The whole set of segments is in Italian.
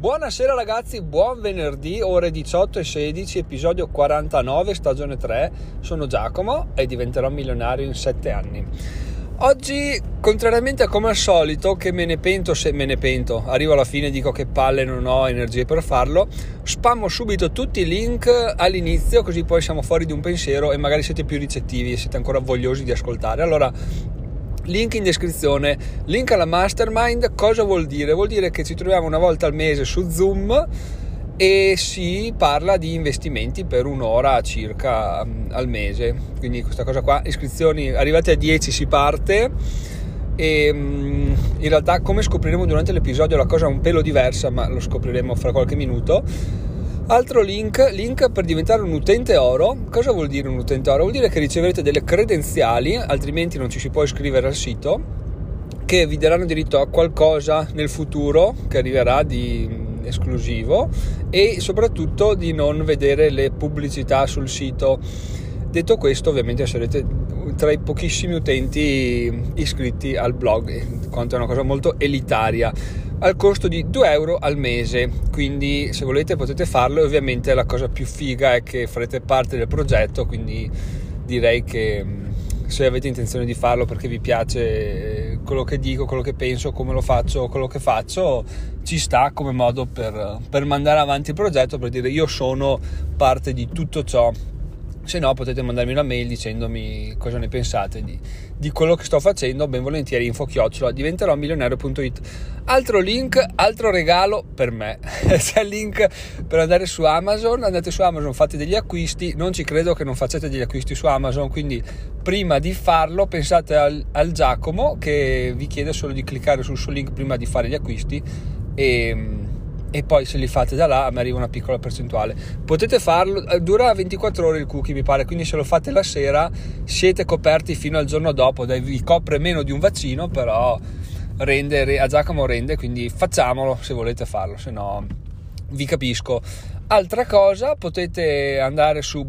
Buonasera ragazzi, buon venerdì, ore 18:16, episodio 49, stagione 3. Sono Giacomo e diventerò milionario in 7 anni. Oggi, contrariamente a come al solito, che me ne pento, arrivo alla fine e dico che palle, non ho energie per farlo, spammo subito tutti i link all'inizio, così poi siamo fuori di un pensiero e magari siete più ricettivi e siete ancora vogliosi di ascoltare. Allora, link in descrizione, link alla mastermind. Cosa vuol dire? Vuol dire che ci troviamo una volta al mese su Zoom e si parla di investimenti per un'ora circa al mese. Quindi questa cosa qua, iscrizioni arrivate a 10 si parte. E in realtà, come scopriremo durante l'episodio, la cosa è un pelo diversa, ma lo scopriremo fra qualche minuto. Altro link per diventare un utente oro. Cosa vuol dire un utente oro? Vuol dire che riceverete delle credenziali, altrimenti non ci si può iscrivere al sito, che vi daranno diritto a qualcosa nel futuro che arriverà di esclusivo e soprattutto di non vedere le pubblicità sul sito. Detto questo, ovviamente sarete tra i pochissimi utenti iscritti al blog, quanto è una cosa molto elitaria, al costo di €2 al mese. Quindi se volete potete farlo, e ovviamente la cosa più figa è che farete parte del progetto, quindi direi che se avete intenzione di farlo perché vi piace quello che dico, quello che penso, come lo faccio, quello che faccio, ci sta come modo per mandare avanti il progetto, per dire io sono parte di tutto ciò. Se no potete mandarmi una mail dicendomi cosa ne pensate di quello che sto facendo, ben volentieri info@diventeromilionario.it. Altro link, altro regalo per me. C'è il link per andare su Amazon. Andate su Amazon, fate degli acquisti. Non ci credo che non facciate degli acquisti su Amazon, quindi prima di farlo pensate al Giacomo che vi chiede solo di cliccare sul suo link prima di fare gli acquisti e poi se li fate da là mi arriva una piccola percentuale. Potete farlo, dura 24 ore il cookie mi pare, quindi se lo fate la sera siete coperti fino al giorno dopo. Dai, vi copre meno di un vaccino, però a Giacomo rende, quindi facciamolo se volete farlo, se no vi capisco. Altra cosa, potete andare su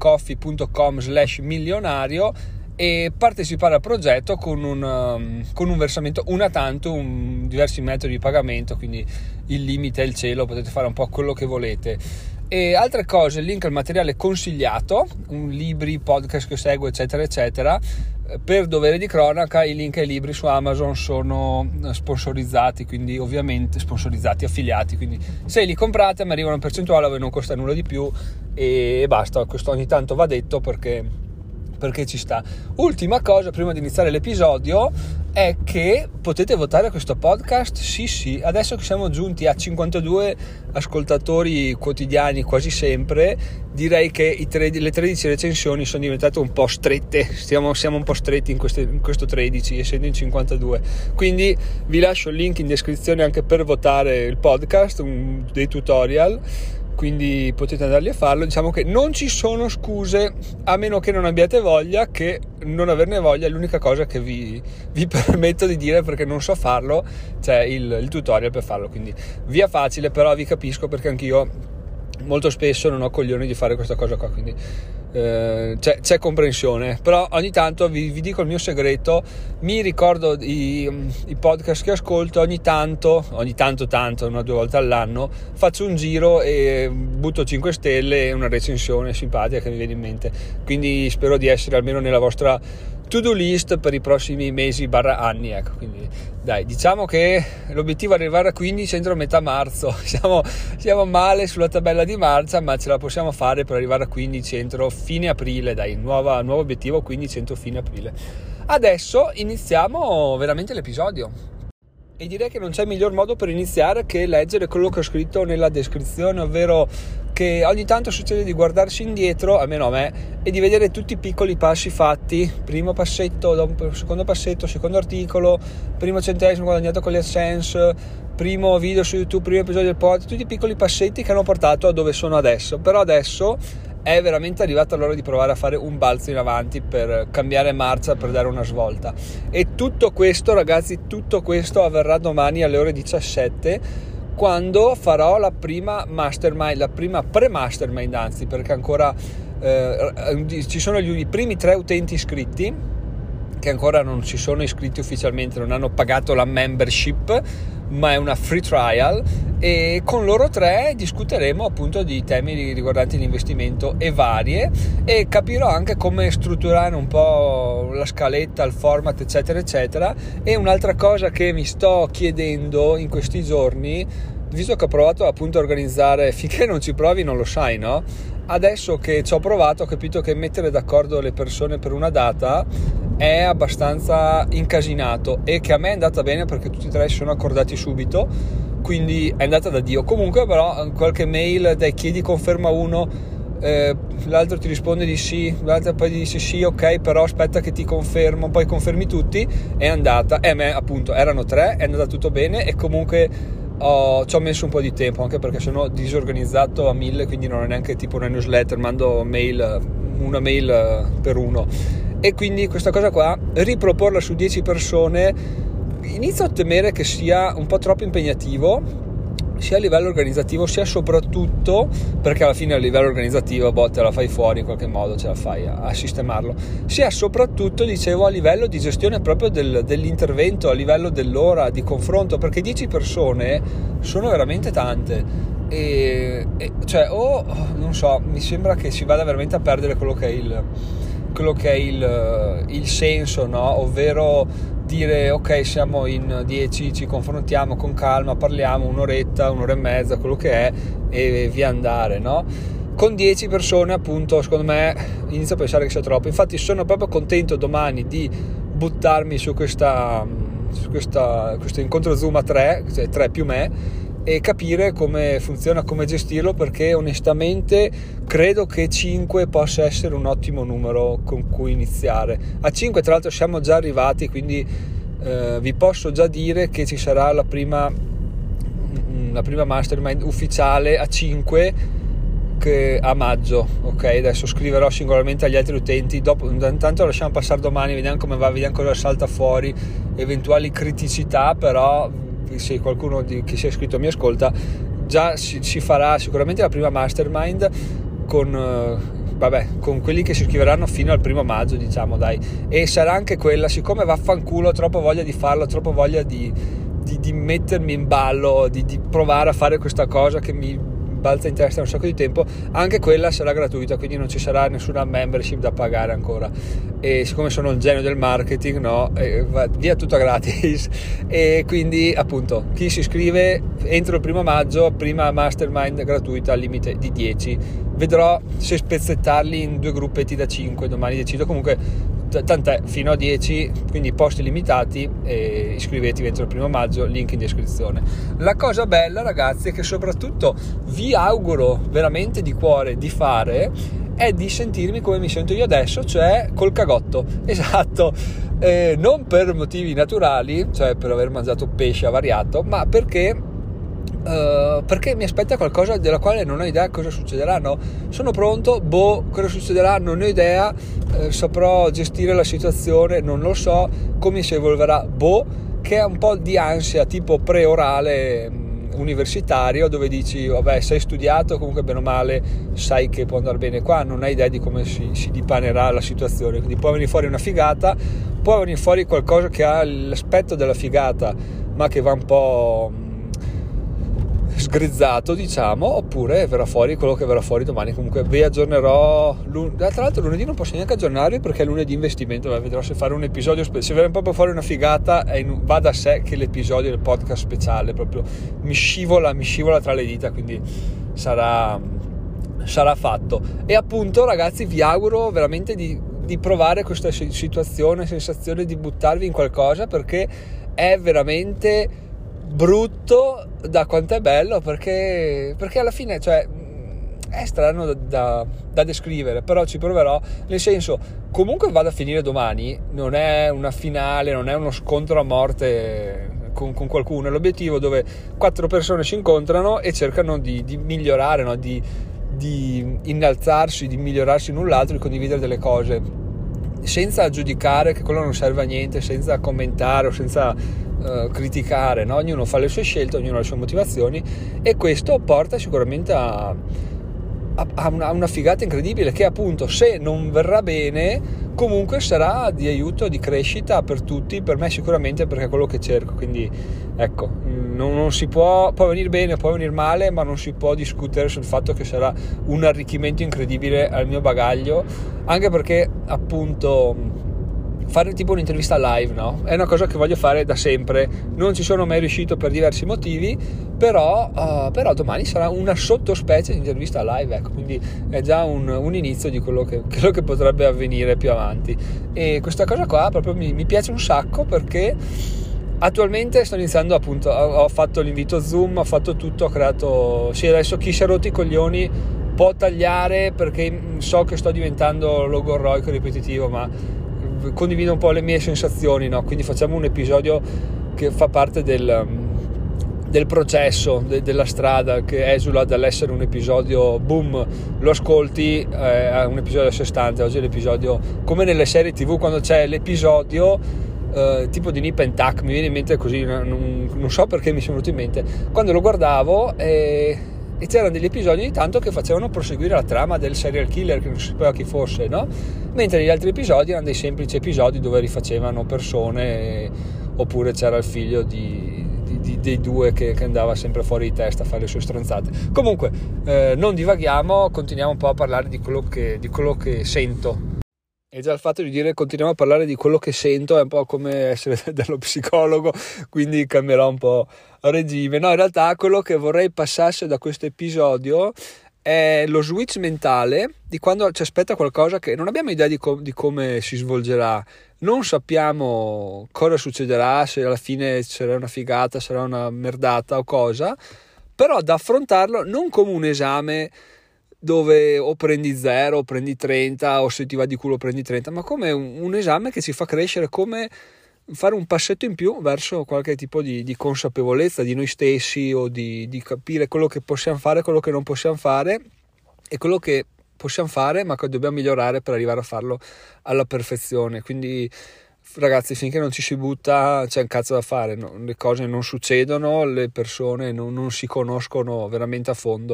buymeacoffee.com/milionario e partecipare al progetto con un versamento una tantum, diversi metodi di pagamento, quindi il limite è il cielo, potete fare un po' quello che volete. E altre cose, il link al materiale consigliato, libri, podcast che seguo, eccetera eccetera. Per dovere di cronaca, i link ai libri su Amazon sono sponsorizzati, quindi ovviamente sponsorizzati, affiliati, quindi se li comprate mi arriva una percentuale, a voi non costa nulla di più e basta. Questo ogni tanto va detto perché ci sta. Ultima cosa prima di iniziare l'episodio è che potete votare questo podcast. Sì, adesso che siamo giunti a 52 ascoltatori quotidiani quasi sempre, direi che le 13 recensioni sono diventate un po' strette. Siamo un po' stretti in questo 13, essendo in 52. Quindi vi lascio il link in descrizione anche per votare il podcast, dei tutorial, quindi potete andarli a farlo. Diciamo che non ci sono scuse, a meno che non abbiate voglia, che non averne voglia è l'unica cosa che vi permetto di dire, perché non so farlo, c'è il tutorial per farlo, quindi via facile, però vi capisco perché anch'io molto spesso non ho coglioni di fare questa cosa qua, quindi c'è comprensione. Però ogni tanto vi dico il mio segreto, mi ricordo i podcast che ascolto, ogni tanto, una o due volte all'anno faccio un giro e butto 5 stelle e una recensione simpatica che mi viene in mente, quindi spero di essere almeno nella vostra to-do list per i prossimi mesi / anni, ecco. Quindi dai, diciamo che l'obiettivo è arrivare a 15 entro metà marzo. Siamo male sulla tabella di marcia, ma ce la possiamo fare per arrivare a 15 entro fine aprile. Dai, nuovo obiettivo, 15 entro fine aprile. Adesso iniziamo veramente l'episodio. E direi che non c'è miglior modo per iniziare che leggere quello che ho scritto nella descrizione, ovvero che ogni tanto succede di guardarsi indietro, almeno a me, e di vedere tutti i piccoli passi fatti, primo passetto, secondo passetto, secondo articolo, primo centesimo guadagnato con le AdSense, primo video su YouTube, primo episodio del podcast, tutti i piccoli passetti che hanno portato a dove sono adesso. Però adesso è veramente arrivata l'ora di provare a fare un balzo in avanti per cambiare marcia, per dare una svolta. E tutto questo, ragazzi, avverrà domani alle ore 17, quando farò la prima mastermind, la prima pre-mastermind anzi, perché ancora ci sono i primi 3 utenti iscritti che ancora non si sono iscritti ufficialmente, non hanno pagato la membership, ma è una free trial, e con loro tre discuteremo appunto di temi riguardanti l'investimento e varie, e capirò anche come strutturare un po' la scaletta, il format, eccetera eccetera. E un'altra cosa che mi sto chiedendo in questi giorni, visto che ho provato appunto a organizzare, finché non ci provi non lo sai, no? Adesso che ci ho provato ho capito che mettere d'accordo le persone per una data è abbastanza incasinato, e che a me è andata bene perché tutti e tre si sono accordati subito, quindi è andata da Dio. Comunque però qualche mail, dai, chiedi conferma uno, l'altro ti risponde di sì, l'altro poi dice sì, ok, però aspetta che ti confermo, poi confermi tutti, è andata. E a me appunto erano tre, è andata tutto bene, e comunque ci ho messo un po' di tempo, anche perché sono disorganizzato a 1000, quindi non è neanche tipo una newsletter, mando una mail per uno. E quindi questa cosa qua, riproporla su 10 persone, inizio a temere che sia un po' troppo impegnativo, sia a livello organizzativo, sia soprattutto perché alla fine a livello organizzativo te la fai fuori in qualche modo, ce la fai a sistemarlo, sia soprattutto, dicevo, a livello di gestione proprio dell'intervento, a livello dell'ora di confronto, perché 10 persone sono veramente tante, e cioè non so, mi sembra che si vada veramente a perdere quello che è il senso, no? Ovvero dire ok, siamo in 10, ci confrontiamo con calma, parliamo un'oretta, un'ora e mezza, quello che è, e via andare, no? Con 10 persone appunto secondo me inizio a pensare che sia troppo. Infatti sono proprio contento domani di buttarmi su questo incontro Zoom a 3, cioè 3 più me, e capire come funziona, come gestirlo, perché onestamente credo che 5 possa essere un ottimo numero con cui iniziare. A 5 tra l'altro siamo già arrivati, quindi vi posso già dire che ci sarà la prima mastermind ufficiale a 5 a maggio, ok? Adesso scriverò singolarmente agli altri utenti, dopo intanto lasciamo passare domani, vediamo come va, vediamo cosa salta fuori, eventuali criticità, però se qualcuno che si è iscritto mi ascolta, già si farà sicuramente la prima mastermind con quelli che si iscriveranno fino al 1 maggio, diciamo, dai, e sarà anche quella, siccome vaffanculo, ho troppo voglia di farlo, ho troppo voglia di mettermi in ballo, di provare a fare questa cosa che mi balza in testa un sacco di tempo, anche quella sarà gratuita, quindi non ci sarà nessuna membership da pagare ancora, e siccome sono il genio del marketing, no, via tutto gratis, e quindi appunto chi si iscrive entro il 1 maggio, prima mastermind gratuita al limite di 10, vedrò se spezzettarli in 2 gruppetti da 5, domani decido, comunque tant'è, fino a 10, quindi posti limitati, e iscrivetevi entro il 1 maggio, link in descrizione. La cosa bella, ragazzi, è che soprattutto vi auguro veramente di cuore di fare è di sentirmi come mi sento io adesso, cioè col cagotto, esatto, non per motivi naturali, cioè per aver mangiato pesce avariato, ma perché mi aspetta qualcosa della quale non ho idea cosa succederà, no? Sono pronto, cosa succederà non ho idea, saprò gestire la situazione, non lo so, come si evolverà, che è un po' di ansia tipo preorale universitario, dove dici vabbè, sei studiato, comunque bene o male sai che può andare bene, qua non hai idea di come si dipanerà la situazione, quindi può venire fuori una figata, può venire fuori qualcosa che ha l'aspetto della figata ma che va un po' sgrizzato, diciamo, oppure verrà fuori quello che verrà fuori domani. Comunque vi aggiornerò tra l'altro lunedì non posso neanche aggiornarvi perché è lunedì investimento, vedrò se fare un episodio se verrà proprio fuori una figata, va da sé che l'episodio del podcast speciale proprio mi scivola tra le dita, quindi sarà fatto. E appunto, ragazzi, vi auguro veramente di provare questa sensazione di buttarvi in qualcosa, perché è veramente brutto da quanto è bello, perché alla fine, cioè, è strano da descrivere, però ci proverò, nel senso, comunque vada a finire domani, non è una finale, non è uno scontro a morte con qualcuno, è l'obiettivo dove 4 persone si incontrano e cercano di migliorare, no? di innalzarsi, di migliorarsi l'un l'altro, di condividere delle cose senza giudicare, che quello non serve a niente, senza commentare o senza criticare, no? Ognuno fa le sue scelte, ognuno ha le sue motivazioni, e questo porta sicuramente a una figata incredibile, che appunto, se non verrà bene, comunque sarà di aiuto, di crescita per tutti, per me sicuramente, perché è quello che cerco. Quindi ecco, non si può venire bene, può venire male, ma non si può discutere sul fatto che sarà un arricchimento incredibile al mio bagaglio, anche perché appunto fare tipo un'intervista live, no? È una cosa che voglio fare da sempre, non ci sono mai riuscito per diversi motivi, però domani sarà una sottospecie di intervista live, ecco, quindi è già un inizio di quello che potrebbe avvenire più avanti. E questa cosa qua proprio mi piace un sacco, perché attualmente sto iniziando, appunto, ho fatto l'invito Zoom, ho fatto tutto, ho creato, sì, adesso chi si è rotto i coglioni può tagliare, perché so che sto diventando logorroico e ripetitivo, ma condivido un po' le mie sensazioni, no? Quindi facciamo un episodio che fa parte del processo, della strada, che esula dall'essere un episodio boom, lo ascolti, a un episodio a sé stante. Oggi è l'episodio, come nelle serie TV, quando c'è l'episodio tipo di Nip and Tuck, mi viene in mente così, non so perché mi sono venuto in mente quando lo guardavo, e c'erano degli episodi ogni tanto che facevano proseguire la trama del serial killer, che non si sapeva chi fosse, no? Mentre gli altri episodi erano dei semplici episodi dove rifacevano persone, oppure c'era il figlio dei due che andava sempre fuori di testa a fare le sue stronzate. Comunque non divaghiamo, continuiamo un po' a parlare di quello che sento. E già il fatto di dire continuiamo a parlare di quello che sento è un po' come essere dello psicologo, quindi cambierò un po' regime. No, in realtà quello che vorrei passasse da questo episodio è lo switch mentale di quando ci aspetta qualcosa che non abbiamo idea di come si svolgerà, non sappiamo cosa succederà, se alla fine sarà una figata, sarà una merdata o cosa, però da affrontarlo non come un esame dove o prendi 0 o prendi 30, o se ti va di culo prendi 30, ma come un esame che ci fa crescere, come fare un passetto in più verso qualche tipo di consapevolezza di noi stessi, o di capire quello che possiamo fare, quello che non possiamo fare, e quello che possiamo fare ma che dobbiamo migliorare per arrivare a farlo alla perfezione. Quindi ragazzi, finché non ci si butta c'è un cazzo da fare, no? Le cose non succedono, le persone non si conoscono veramente a fondo.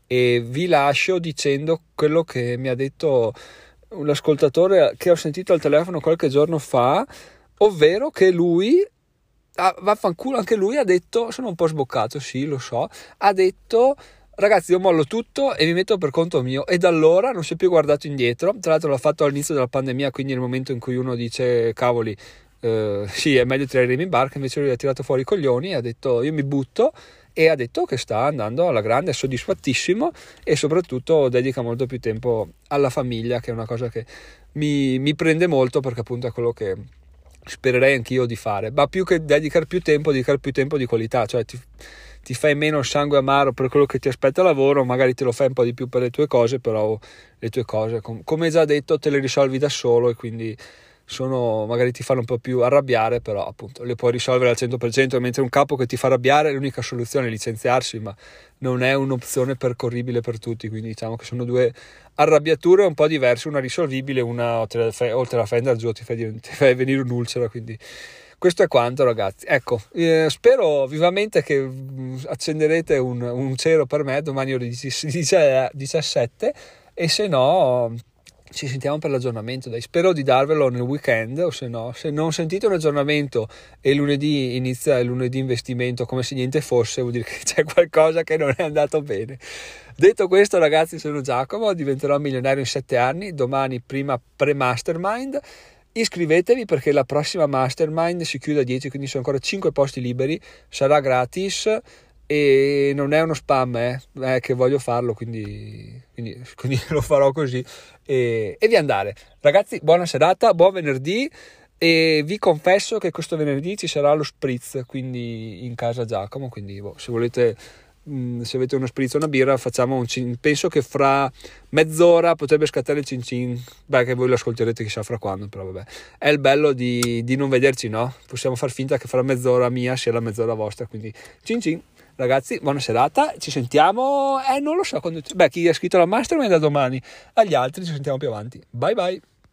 E vi lascio dicendo quello che mi ha detto un ascoltatore che ho sentito al telefono qualche giorno fa, ovvero che lui, vaffanculo, anche lui ha detto, sono un po' sboccato, sì, lo so, ha detto: ragazzi, io mollo tutto e mi metto per conto mio, e da allora non si è più guardato indietro. Tra l'altro l'ha fatto all'inizio della pandemia, quindi nel momento in cui uno dice cavoli, sì, è meglio tirare in barca, invece lui ha tirato fuori i coglioni e ha detto io mi butto, e ha detto che sta andando alla grande, è soddisfattissimo, e soprattutto dedica molto più tempo alla famiglia, che è una cosa che mi prende molto, perché appunto è quello che spererei anch'io di fare, ma più che dedicare più tempo di qualità, cioè ti fai meno sangue amaro per quello che ti aspetta al lavoro, magari te lo fai un po' di più per le tue cose, però le tue cose, come già detto, te le risolvi da solo, e quindi magari ti fanno un po' più arrabbiare, però appunto le puoi risolvere al 100%, mentre un capo che ti fa arrabbiare, l'unica soluzione è licenziarsi, ma non è un'opzione percorribile per tutti, quindi diciamo che sono due arrabbiature un po' diverse, una risolvibile, una oltre la fai andare giù, ti fai venire un'ulcera. Quindi questo è quanto, ragazzi. Ecco, spero vivamente che accenderete un cero per me domani ore 17, e se no ci sentiamo per l'aggiornamento, dai. Spero di darvelo nel weekend, o se no, se non sentite un aggiornamento e lunedì inizia il lunedì investimento come se niente fosse, vuol dire che c'è qualcosa che non è andato bene. Detto questo, ragazzi, sono Giacomo, diventerò milionario in 7 anni, domani prima pre-mastermind. Iscrivetevi, perché la prossima mastermind si chiude a 10, quindi sono ancora 5 posti liberi, sarà gratis e non è uno spam, che voglio farlo, quindi lo farò così, e vi andare. Ragazzi, buona serata, buon venerdì, e vi confesso che questo venerdì ci sarà lo spritz, quindi in casa Giacomo, quindi se volete, se avete uno spritz o una birra, facciamo penso che fra mezz'ora potrebbe scattare il cin cin, che voi lo ascolterete chissà fra quando, però vabbè, è il bello di non vederci, no? Possiamo far finta che fra mezz'ora mia sia la mezz'ora vostra, quindi cin cin. Ragazzi, buona serata, ci sentiamo, non lo so quando, chi è iscritto alla mastermind da domani, agli altri ci sentiamo più avanti. Bye bye.